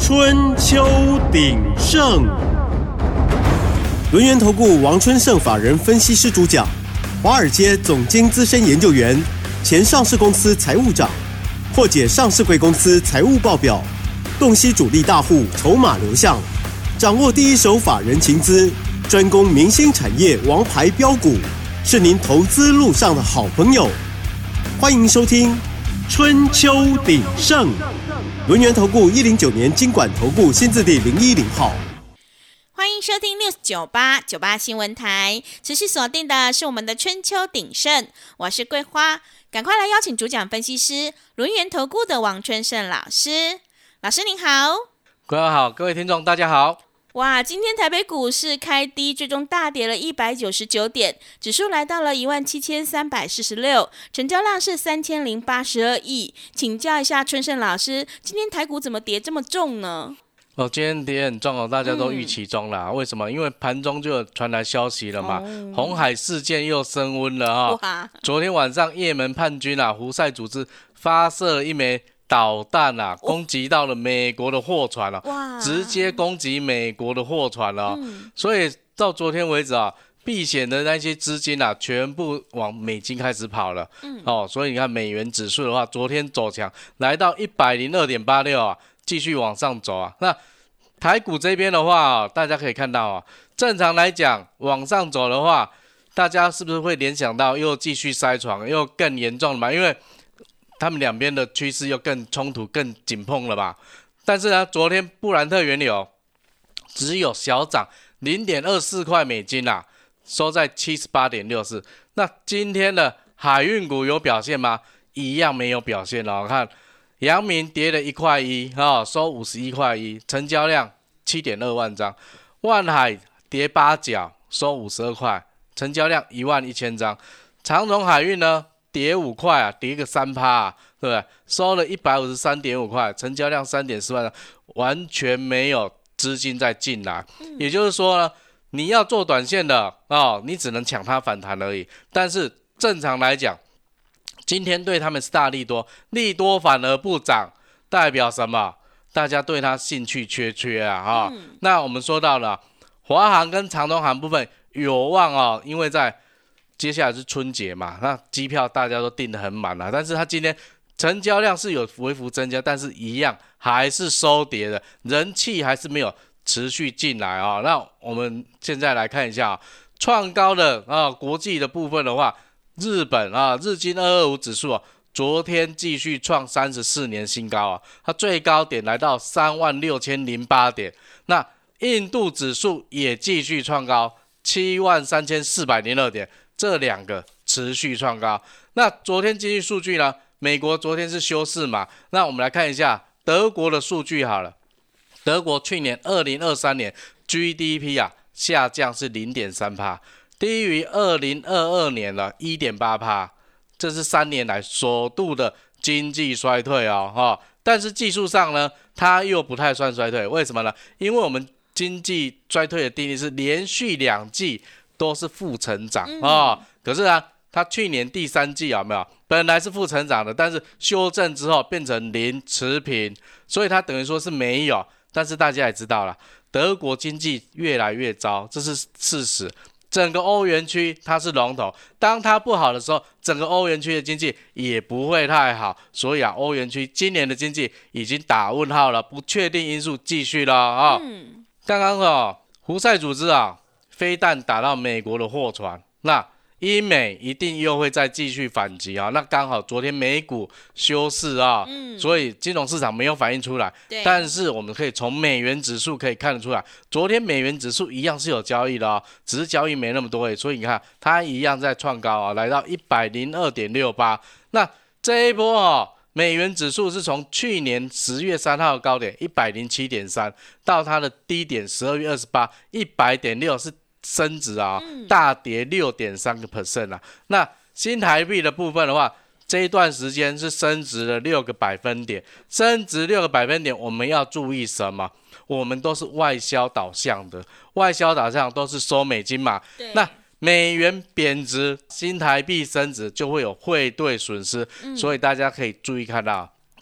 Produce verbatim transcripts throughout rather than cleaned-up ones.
春秋鼎盛。轮源投顾王春盛法人分析师主讲，华尔街总经资深研究员，前上市公司财务长，破解上市贵公司财务报表，洞悉主力大户筹码流向，掌握第一手法人情资，专攻明星产业王牌标股，是您投资路上的好朋友。欢迎收听春秋鼎盛。轮源投顾一零九年金管投顾新字第零一零号。 欢迎收听 News 九八九八新闻台，持续锁定的是我们的春秋鼎盛，我是桂花，赶快来邀请主讲分析师轮源投顾的王春盛老师。老师您好。 桂花好，各位听众大家好。 哇，今天台北股市开低，最终大跌了一百九十九点，指数来到了一万七千三百四十六，成交量是三千零八十二亿。请教一下春盛老师，今天台股怎么跌这么重呢？ 哦，今天跌很重哦，大家都预期中啦。嗯、为什么？因为盘中就有传来消息了嘛，哦、红海事件又升温了啊、哦。昨天晚上也门叛军啊，胡塞组织发射了一枚导弹啊，攻击到了美国的货船了、啊，直接攻击美国的货船了、啊嗯。所以到昨天为止啊，避险的那些资金啊，全部往美金开始跑了。嗯、哦，所以你看美元指数的话，昨天走强，来到一百零二点八六啊。继续往上走啊，那台股这边的话、啊，大家可以看到啊，正常来讲往上走的话，大家是不是会联想到又继续塞船，又更严重了嘛？因为他们两边的趋势又更冲突、更紧碰了吧？但是呢，昨天布兰特原油只有小涨 零点二四 块美金啊，收在 七十八点六四。那今天的海运股有表现吗？一样没有表现了，我看。阳明跌了一块一，哦，收五十一块一，成交量 七点二万张。万海跌八角，收五十二块，成交量一万一千张。长荣海运呢，跌五块啊，跌个 百分之三、啊，对不对？收了 一百五十三点五 块，成交量 三点四万张，完全没有资金在进来。嗯、也就是说呢，你要做短线的哦，你只能抢它反弹而已。但是正常来讲，今天对他们是大利多，利多反而不涨，代表什么？大家对它兴趣缺缺啊！哈、嗯，那我们说到了华航跟长荣航部分有望哦，因为在接下来是春节嘛，那机票大家都订得很满了，但是它今天成交量是有微幅增加，但是一样还是收跌的，人气还是没有持续进来啊、哦。那我们现在来看一下创高的啊、哦、国际的部分的话。日本啊，日经二二五指数啊，昨天继续创三十四年新高啊，它最高点来到三万六千零八点。那印度指数也继续创高，七万三千四百零二点，这两个持续创高。那昨天经济数据呢？美国昨天是休市嘛？那我们来看一下德国的数据好了。德国去年二零二三年 G D P 啊下降是 零点三趴。低于二零二二年了 一点八， 这是三年来首度的经济衰退哦，哦但是技术上呢，它又不太算衰退，为什么呢？因为我们经济衰退的定义是连续两季都是负成长、嗯哦、可是呢，它去年第三季有没有？本来是负成长的，但是修正之后变成零持平，所以它等于说是没有。但是大家也知道了，德国经济越来越糟，这是事实。整个欧元区它是龙头，当它不好的时候，整个欧元区的经济也不会太好，所以啊，欧元区今年的经济已经打问号了，不确定因素继续了啊、哦。嗯、刚刚哦，胡塞组织啊，飞弹打到美国的货船，那英美一定又会再继续反击啊。那刚好昨天美股休市啊、嗯，所以金融市场没有反映出来。但是我们可以从美元指数可以看得出来，昨天美元指数一样是有交易的啊、哦，只是交易没那么多而已。所以你看，它一样在创高啊，来到 一百零二点六八。那这一波哦，美元指数是从去年十月三号的高点 一百零七点三 到它的低点十二月二十八 一百点六，是升值啊、哦嗯，大跌 百分之六点三 啊。那新台币的部分的话，这一段时间是升值了六个百分点，升值六个百分点，我们要注意什么？我们都是外销导向的，外销导向都是收美金嘛。那美元贬值，新台币升值，就会有汇兑损失、嗯，所以大家可以注意看到，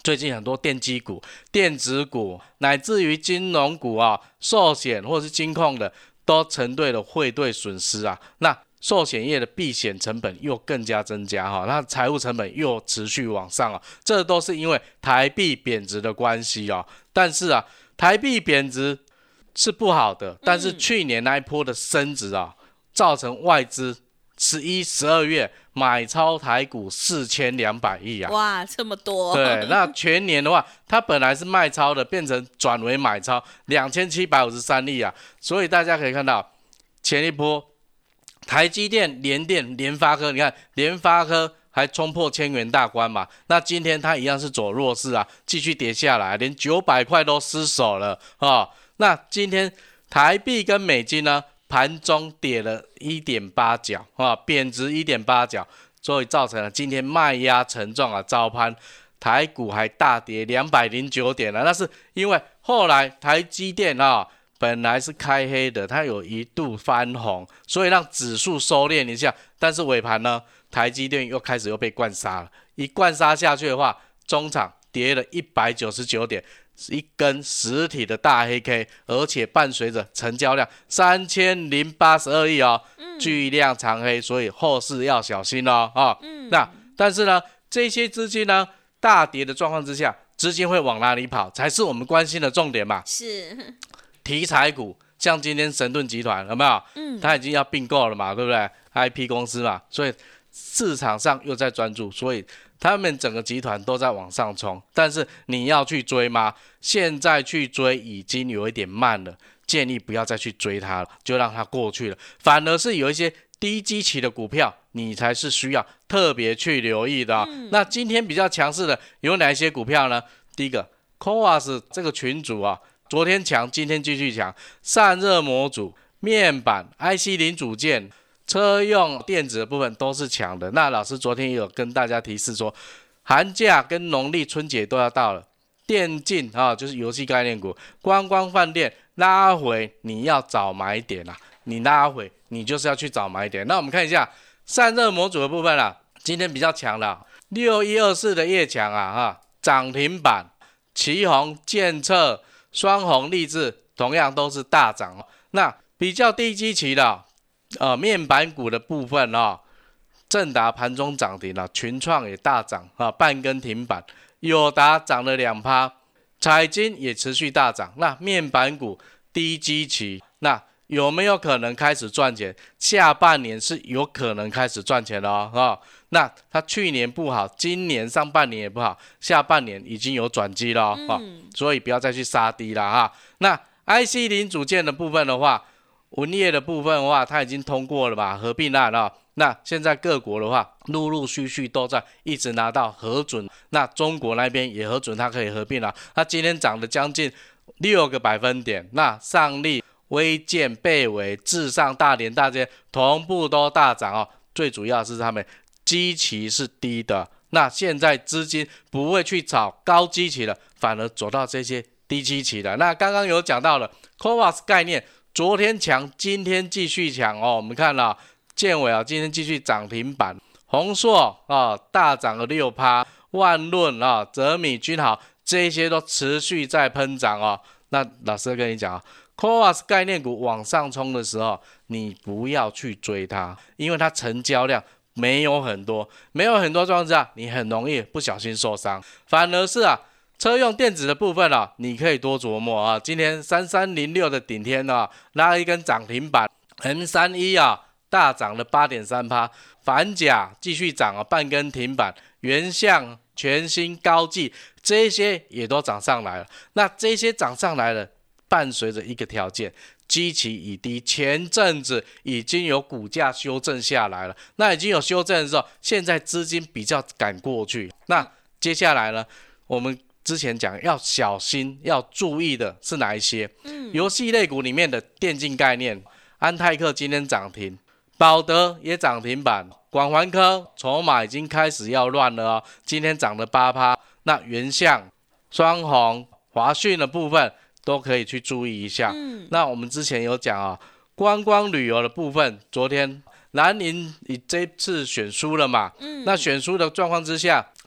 最近很多电机股、电子股，乃至于金融股啊、寿险或是金控的，都承对了汇兑损失啊。那寿险业的避险成本又更加增加哈，那财务成本又持续往上啊，这都是因为台币贬值的关系啊。但是啊，台币贬值是不好的，但是去年那一波的升值啊，造成外资十一、十二月买超台股四千两百亿啊！ 哇，这么多！ 对，那全年的话，它本来是卖超的，变成转为买超两千七百五十三亿啊！所以大家可以看到，前一波台积电、联电、联发科，你看联发科还冲破千元大关嘛？那今天它一样是走弱势啊，继续跌下来，连九百块都失守了啊、哦！那今天台币跟美金呢？盘中跌了 一点八 角啊，贬值 一点八 角，所以造成了今天卖压沉重啊，早盘台股还大跌两百零九点了。那是因为后来台积电啊本来是开黑的，它有一度翻红，所以让指数收敛一下，但是尾盘呢，台积电又开始又被灌杀了，一灌杀下去的话，中场跌了一百九十九点。一根实体的大黑 K， 而且伴随着成交量三千零八十二亿哦，嗯、巨量长黑，所以后市要小心哦。哦嗯、那但是呢，这些资金呢大跌的状况之下，资金会往哪里跑，才是我们关心的重点嘛。 是题材股，像今天神盾集团有没有？嗯，它已经要并购了嘛，对不对 ？I P 公司嘛，所以市场上又在专注，所以他们整个集团都在往上冲，但是你要去追吗？现在去追已经有一点慢了，建议不要再去追它了，就让它过去了。反而是有一些低基期的股票，你才是需要特别去留意的、哦嗯、那今天比较强势的有哪一些股票呢？第一个 C O A S 这个群组啊，昨天强，今天继续强，散热模组、面板、I C 零组件。车用电子的部分都是强的。那老师昨天也有跟大家提示说，寒假跟农历春节都要到了，电竞啊，就是游戏概念股、观光饭店拉回，你要找买点啊，你拉回你就是要去找买点。那我们看一下散热模组的部分啦，今天比较强了，六一二四的业强啊，哈，涨停板，奇鋐、建策、双虹、励志同样都是大涨。那比较低基期的。呃，面板股的部分啊，正达盘中涨停了，群创也大涨啊，半根停板，友达涨了 百分之二， 彩晶也持续大涨。那面板股低基期，那有没有可能开始赚钱？下半年是有可能开始赚钱的哦。哦那它去年不好，今年上半年也不好，下半年已经有转机了哦，嗯哦所以不要再去杀低了哈。那 I C 零组件的部分的话。文业的部分的话，它已经通过了嘛，合并案啊。那现在各国的话，陆陆续续都在一直拿到核准。那中国那边也核准，它可以合并了。它今天涨了将近六个百分点。那上力、威健、贝微、至上、大连大这些同步都大涨哦。最主要是他们基期是低的，那现在资金不会去炒高基期了，反而走到这些低基期的。那刚刚有讲到了 C O A S 概念。昨天强，今天继续强哦。我们看了建伟啊，今天继续涨停板，宏硕啊大涨了 百分之六， 万润啊、泽米、君豪这些都持续在喷涨哦。那老师跟你讲啊 ，C O A S 概念股往上冲的时候，你不要去追它，因为它成交量没有很多，没有很多状况之下，你很容易不小心受伤。反而是啊。车用电子的部分啊，你可以多琢磨啊。今天三三零六的顶天啊，拉一根涨停板 ，M 三十一 啊大涨了 八点三， 反甲继续涨啊，半根停板，原相、全新、高技这些也都涨上来了。那这些涨上来了，伴随着一个条件，基期已低，前阵子已经有股价修正下来了，那已经有修正的时候，现在资金比较赶过去。那接下来呢，我们之前讲要小心要注意的是哪一些？嗯，游戏类股里面的电竞概念，安泰克今天涨停，宝德也涨停板，广环科筹码已经开始要乱了哦，今天涨了 百分之八。那原相、双虹、华讯的部分都可以去注意一下。嗯，那我们之前有讲啊、哦，观光旅游的部分，昨天蓝营这次选输了嘛？嗯，那选输的状况之下。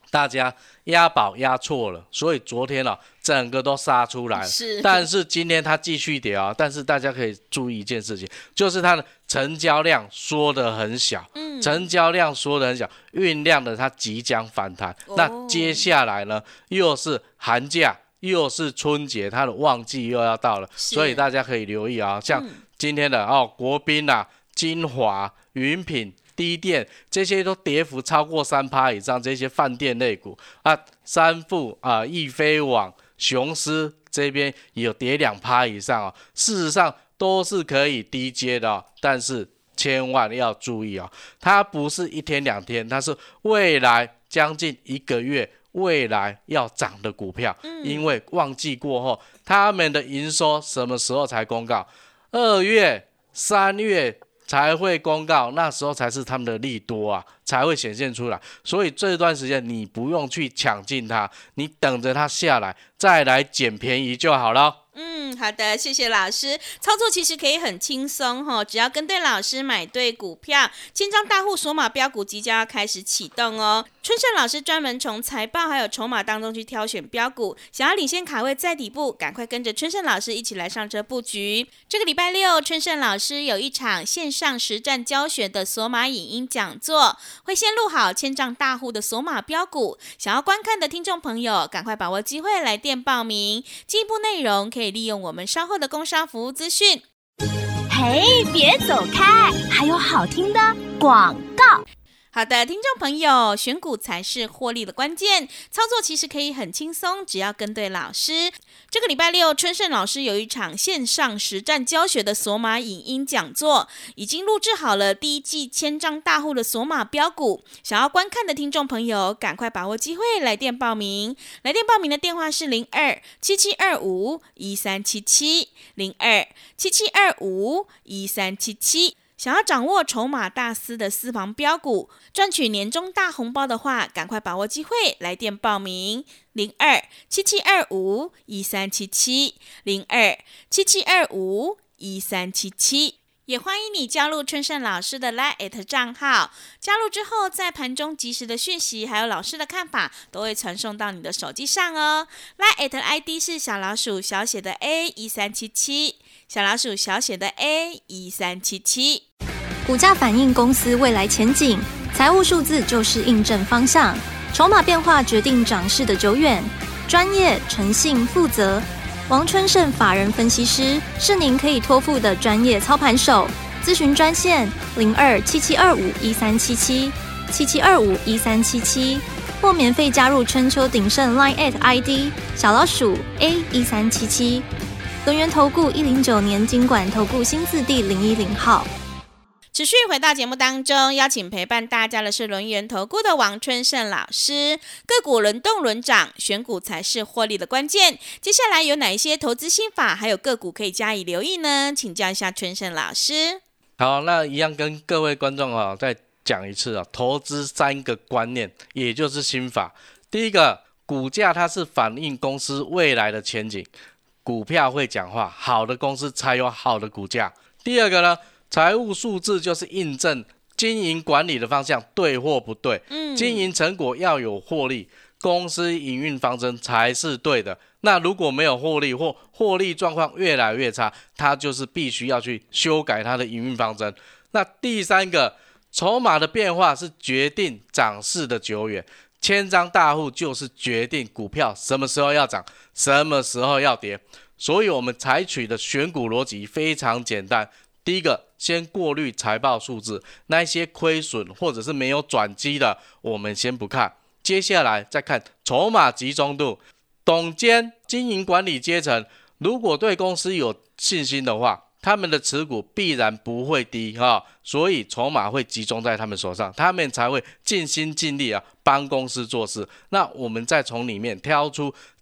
大家押宝押错了，所以昨天啊整个都杀出来了。 是， 但是今天它继续跌啊，但是大家可以注意一件事情，就是它的成交量缩得很小，嗯，成交量缩得很小，酝酿的它即将反弹。哦、那接下来呢，又是寒假，又是春节，它的旺季又要到了，所以大家可以留意啊，像今天的、嗯、哦国宾啊、金华、云品。低电这些都跌幅超过 百分之三 以上，这些饭店类股啊，三富啊、易飞网、雄狮这边也有跌 百分之二 以上哦。事实上都是可以低接的、哦，但是千万要注意哦，它不是一天两天，它是未来将近一个月未来要涨的股票，嗯、因为旺季过后，他们的营收什么时候才公告？二月、三月。才会公告，那时候才是他们的利多啊，才会显现出来。所以这段时间你不用去抢进它，你等着它下来再来捡便宜就好了。 嗯，好的，谢谢老师。操作其实可以很轻松哈，只要跟对老师，买对股票，千张大户锁码标股即将要开始启动哦。春盛老师专门从财报还有筹码当中去挑选标股，想要领先卡位在底部，赶快跟着春盛老师一起来上车布局。这个礼拜六，春盛老师有一场线上实战教学的锁码影音讲座，会先录好千张大户的锁码标股，想要观看的听众朋友，赶快把握机会来电报名。进一步内容可以利用我们稍后的工商服务资讯。 嘿，别走开，还有好听的广告。 好的，听众朋友，选股才是获利的关键，操作其实可以很轻松，只要跟对老师。这个礼拜六，春盛老师有一场线上实战教学的锁码影音讲座，已经录制好了第一季千张大户的锁码标股，想要观看的听众朋友，赶快把握机会来电报名。来电报名的电话是零二七七二五一三七七 零二七七二五一三七七。想要掌握筹码大师的私房标股，赚取年终大红包的话，赶快把握机会来电报名零二七七二五一三七七 零二七七二五一三七七。也欢迎你加入春盛老师的 LINE@ 账号，加入之后，在盘中及时的讯息还有老师的看法，都会传送到你的手机上哦。LINE@ I D 是小老鼠小写的 A 一三七七，小老鼠小写的 A 一三七七。 股价反映公司未来前景，财务数字就是印证方向，筹码变化决定涨势的久远。专业、诚信、负责，王春盛法人分析师是您可以托付的专业操盘手。咨询专线零二七七二五一三七七 七七二五一三七七，或免费加入春秋鼎盛 LINE@ I D 小老鼠 A 一三七七。轮源投顾一零九年金管投顾新字第零一零号。 持续回到节目当中，邀请陪伴大家的是轮源投顾的王春盛老师。个股轮动轮涨，选股才是获利的关键。接下来有哪一些投资心法，还有个股可以加以留意呢？请教一下春盛老师。 好，那一样跟各位观众啊再讲一次啊，投资三个观念，也就是心法。第一个，股价它是反映公司未来的前景，股票会讲话，好的公司才有好的股价。第二个呢，财务数字就是印证经营管理的方向对或不对，嗯，经营成果要有获利，公司营运方针才是对的。那如果没有获利或获利状况越来越差，它就是必须要去修改它的营运方针。那第三个，筹码的变化是决定涨势的久远，千张大户就是决定股票什么时候要涨，什么时候要跌。所以我们采取的选股逻辑非常简单。第一个，先过滤财报数字，那些亏损或者是没有转机的，我们先不看。接下来再看筹码集中度，董监、经营管理阶层，如果对公司有信心的话，他们的持股必然不会低啊，所以筹码会集中在他们手上，他们才会尽心尽力啊帮公司做事。那我们再从里面挑出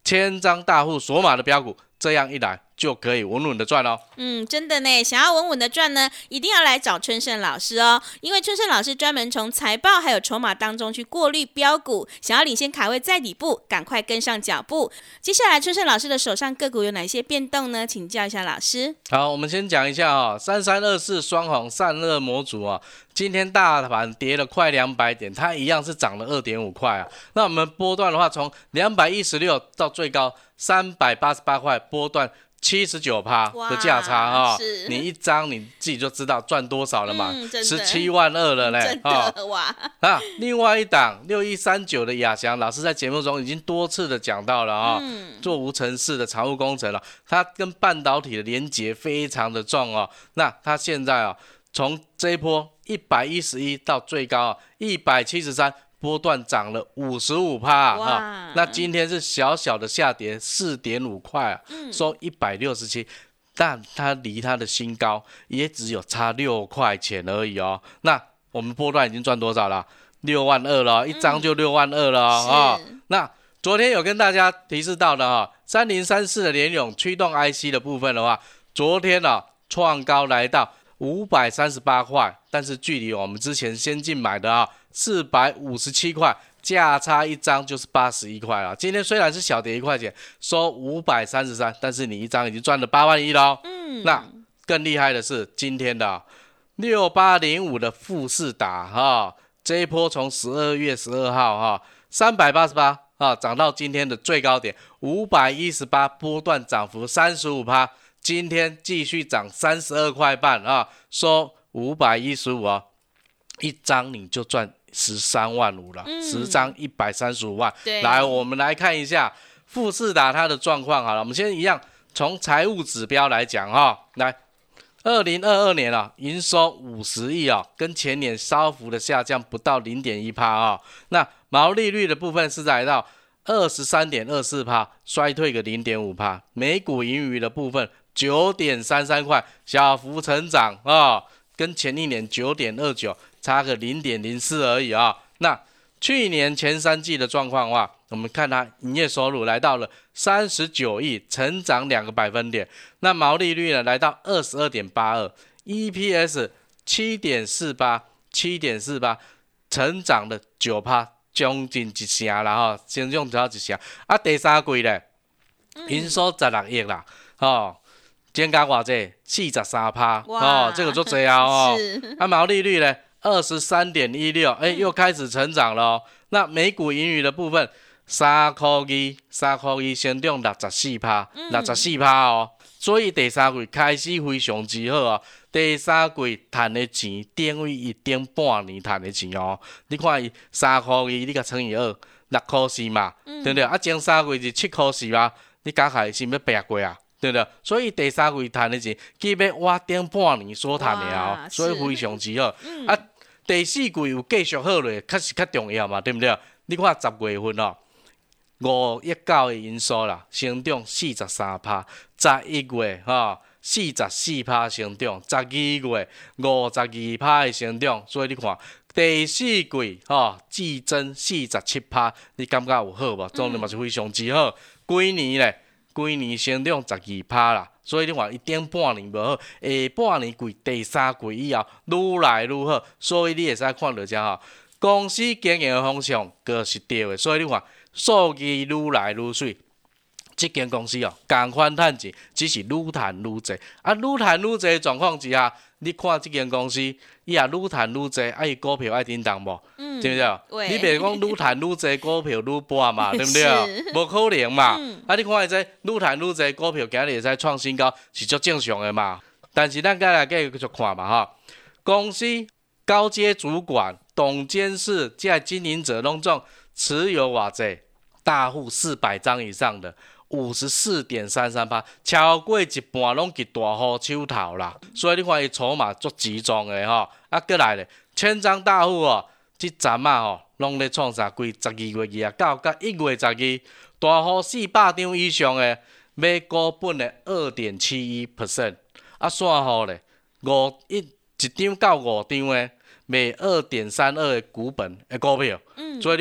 千张大户锁码的标股，这样一来就可以稳稳的赚哦。 嗯，真的呢，想要稳稳的赚呢，一定要来找春盛老师哦。因为春盛老师专门从财报还有筹码当中去过滤标股，想要领先卡位在底部，赶快跟上脚步。接下来春盛老师的手上个股有哪些变动呢？请教一下老师。 好，我们先讲一下哦，三三二四双红散热模组啊，今天大盘跌了快两百点，它一样是涨了 二点五块啊。那我们波段的话，从两百一十六到最高三百八十八块，波段七十九趴的价差哈、哦，你一张你自己就知道赚多少了嘛，十七、嗯、万二了嘞， 真的哇！ 啊，另外一档六一三九的亚翔，老师在节目中已经多次的讲到了啊、哦嗯，做无尘室的常务工程了，它跟半导体的连结非常的重哦。那它现在啊、哦，从这一波一百一十一到最高啊一百七十三。波段涨了 百分之五十五 啊，那今天是小小的下跌 四点五块啊，嗯、收一百六十七，但它离它的新高也只有差六块钱而已哦。那我们波段已经赚多少了？六万二了，一张就六万二了哦、嗯、那昨天有跟大家提示到的哈，三零三四的联咏驱动 I C 的部分的话，昨天啊创高来到五百三十八块，但是距离我们之前先进买的啊四百五十七块，价差一张就是八十一块了。今天虽然是小跌一块钱，收五百三十三，但是你一张已经赚了八万一了、嗯、那更厉害的是今天的六八零五的富士达哈，这一波从十二月十二号哈三百八十八啊涨到今天的最高点五百一十八，波段涨幅 百分之三十五，今天继续涨三十二块半啊，收五百一十五啊，一张你就赚十三万五了，十、嗯、张一百三十五万。来，我们来看一下富士达它的状况好了，我们先一样从财务指标来讲哈，来，二零二二年啊，营收五十亿啊，跟前年稍幅的下降不到 零点一 啊，那毛利率的部分是来到 二十三点二四 衰退个 零点五， 每股盈余的部分九点三三块，小幅成长啊、哦，跟前一年 九点二九 差个 零点零四 而已啊、哦。那去年前三季的状况的话，我们看它营业收入来到了三十九亿，成长两个百分点。那毛利率呢来到 二十二点八二， E P S 七点四八， 七点四八， 成长了 百分之九， 将近一成啦哈，成长只要一成。啊，第三季呢，营收十六亿啦，哦。增加偌济四十三趴哦，这个就这样哦。啊，毛利率呢二十三点一六，哎，又开始成长了哦。那每股盈余的部分三块二，三块二成长六十四趴，六十四趴哦。所以第三季开始非常之好啊。第三季赚的钱等于一点半年赚的钱哦。你看伊三块二，你甲乘以二，六块四嘛，嗯、对不对？啊，前三季是七块四嘛，你加起来是要八过啊？对不对？所以第三季赚的钱，基本我顶半年所赚的哦，所以非常之好。嗯、啊，第四季有继续好咧，确实较重要嘛，对不对？你看十月份哦，五一九的营收啦，成长四十三趴，十一月哈四十四趴成长，十二月五十二趴的成长，所以你看第四季哈季增四十七趴，你感觉有好无？总之嘛是非常之好。规年咧。规年成长十二趴啦，所以你看一点半年无好，下半年季第三季以后愈来愈好，所以你会使看到这吼，公司经营的方向就是对的，所以你看数据愈来愈水，这间公司哦，同款趁钱，只是愈赚愈济，啊，愈赚愈济的状况之下，你看这间公司，伊也愈赚愈济，啊，伊股票爱叮当无？嗯，对不对？你别讲愈赚愈济，股票愈跌嘛，对不对？无可能嘛。嗯、啊，你看伊这愈赚愈济，股票今日会使创新高，是足正常的嘛。但是咱再来继续看嘛哈，公司高阶主管、董监事这经营者拢总持有偌济大户四百张以上的。五十四点三三趴，超过一半拢是大户手头啦，所以你看伊筹码足集中的吼，啊，过来咧，千张大户哦，这阵啊吼，拢咧创啥？规十二月二十九到一月十二，大户四百张以上的买股本的二点七一 percent， 啊，散户咧五一一张到五张的卖二点三二的股本的股票，嗯，所以你看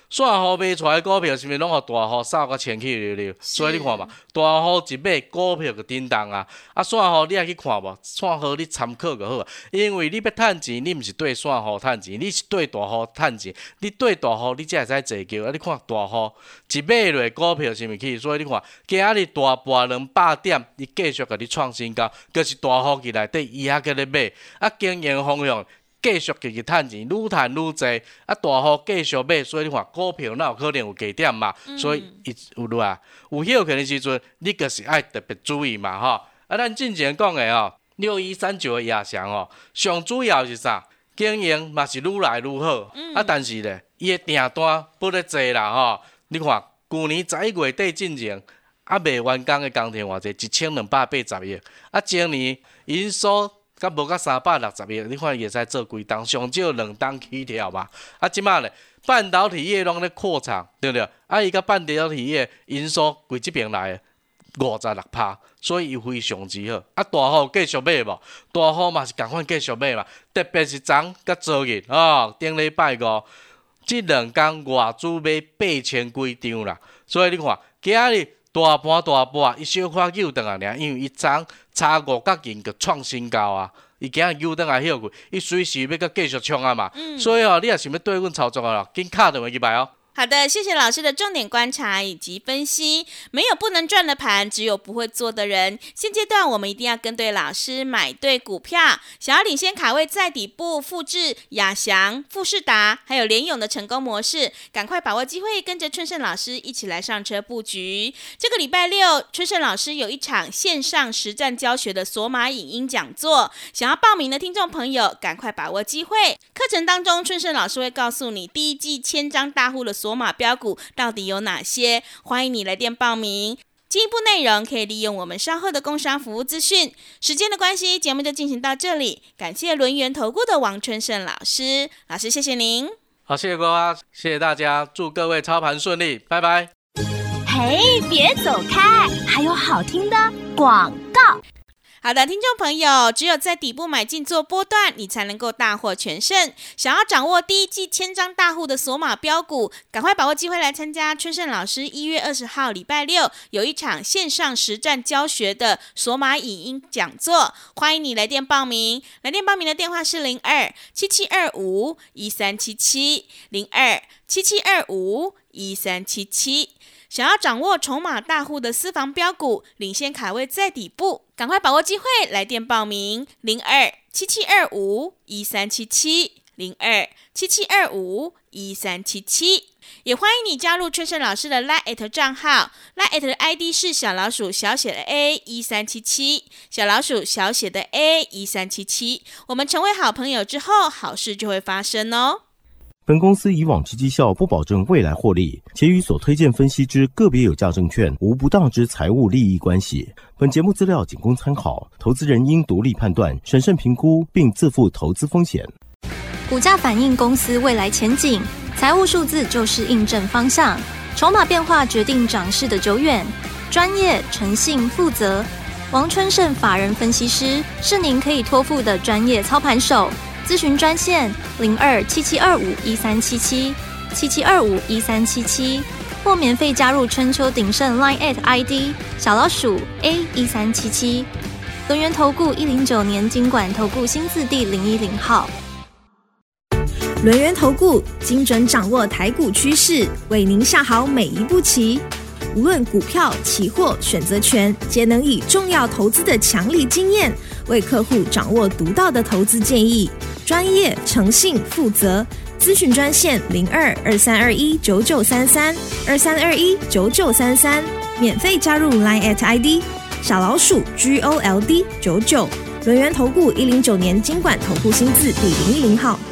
散户卖出来股票是毋是拢互大户扫甲前去溜溜？所以你看嘛，大户一买股票就叮当啊！啊，散户你也去看无？散户你参考就好啊，因为你要趁钱，你毋是对散户趁钱，你是对大户趁钱。你对大户你才会使坐轿啊！你看大户一买落股票是毋是去？所以你看，今仔日大盘两百点，伊继续甲你创新高，就是大户伫内底伊还搁咧买，啊，经营方向。继续继续趁钱，愈趁愈济，啊大户继续买，所以你看股票哪有可能有低点嘛？嗯、所以伊有落啊，有休克的时阵，你就是爱特别注意嘛吼。啊，咱之前讲的吼，六一三九的亚翔吼，上主要是啥？经营嘛是愈来愈好，嗯、啊，但是咧，伊的订单不咧济啦吼。你看，去年十一月底进前，啊卖完工的工程偌济，一千两百八十亿，啊，今年营收。甲无甲三百六十亿，你看会使做几档，上少两档起跳嘛。啊，即马咧半导体业拢咧扩厂，对不对？啊，伊甲半导体业营收规即边来五十六趴，所以伊非常之好。啊，大户继续买无？大户嘛是共款继续买嘛，特别是昨甲昨日哦，顶礼拜五，即两天外资买八千几张啦。所以你看，今仔日大盘大盘，伊小可扭转来尔，因为伊昨差五角银个创新高啊！伊今日扭转来休过，伊随时要阁继续冲啊嘛。嗯、所以哦，你也想要对阮操作啊，紧敲电话去买哦。 好的，谢谢老师的重点观察以及分析。没有不能赚的盘，只有不会做的人。现阶段我们一定要跟对老师，买对股票。想要领先卡位在底部，复制亚翔、富士达还有联咏的成功模式，赶快把握机会，跟着春盛老师一起来上车布局。这个礼拜六，春盛老师有一场线上实战教学的索马影音讲座，想要报名的听众朋友，赶快把握机会。课程当中，春盛老师会告诉你第一季千张大户的索马标股到底有哪些？欢迎你来电报名。进一步内容可以利用我们稍后的工商服务资讯。时间的关系，节目就进行到这里。感谢轮源投顾的王春盛老师，老师谢谢您。 好，谢谢各位，谢谢大家，祝各位操盘顺利，拜拜。 嘿，别走开，还有好听的广告。 好的，听众朋友，只有在底部买进做波段，你才能够大获全胜。想要掌握第一季千张大户的索马标股，赶快把握机会来参加春盛老师一月二十号礼拜六有一场线上实战教学的索马影音讲座，欢迎你来电报名。来电报名的电话是零二七七二五一三七七零二七七二五一三七七。想要掌握筹码大户的私房标股，领先卡位在底部，赶快把握机会，来电报名零二七七二五一三七七零二七七二五一三七七。也欢迎你加入春盛老师的 LINE@ 账号 ，LINE@ 的 I D 是小老鼠小写的 A 一三七七，小老鼠小写的 A 一三七七。我们成为好朋友之后，好事就会发生哦。 本公司以往之绩效不保证未来获利，且与所推荐分析之个别有价证券无不当之财务利益关系。本节目资料仅供参考，投资人应独立判断、审慎评估，并自负投资风险。 股价反映公司未来前景，财务数字就是印证方向，筹码变化决定涨势的久远。专业、诚信、负责，王春盛法人分析师是您可以托付的专业操盘手。咨询专线零二七七二五一三七七七七二五一三七七，或免费加入春秋鼎盛 LINE@ I D 小老鼠 A 一三七七。轮源投顾一零九年金管投顾新字第零一零号。 轮源投顾精准掌握台股趋势，为您下好每一步棋。无论股票、期货、选择权，皆能以重要投资的强力经验，为客户掌握独到的投资建议。专业、诚信、负责，咨询专线零二二三二一九九三三二三二一九九三三，免费加入 LINE@ I D 小老鼠 G O L D 九九。轮源投顾一零九年金管投顾新字第零一零号。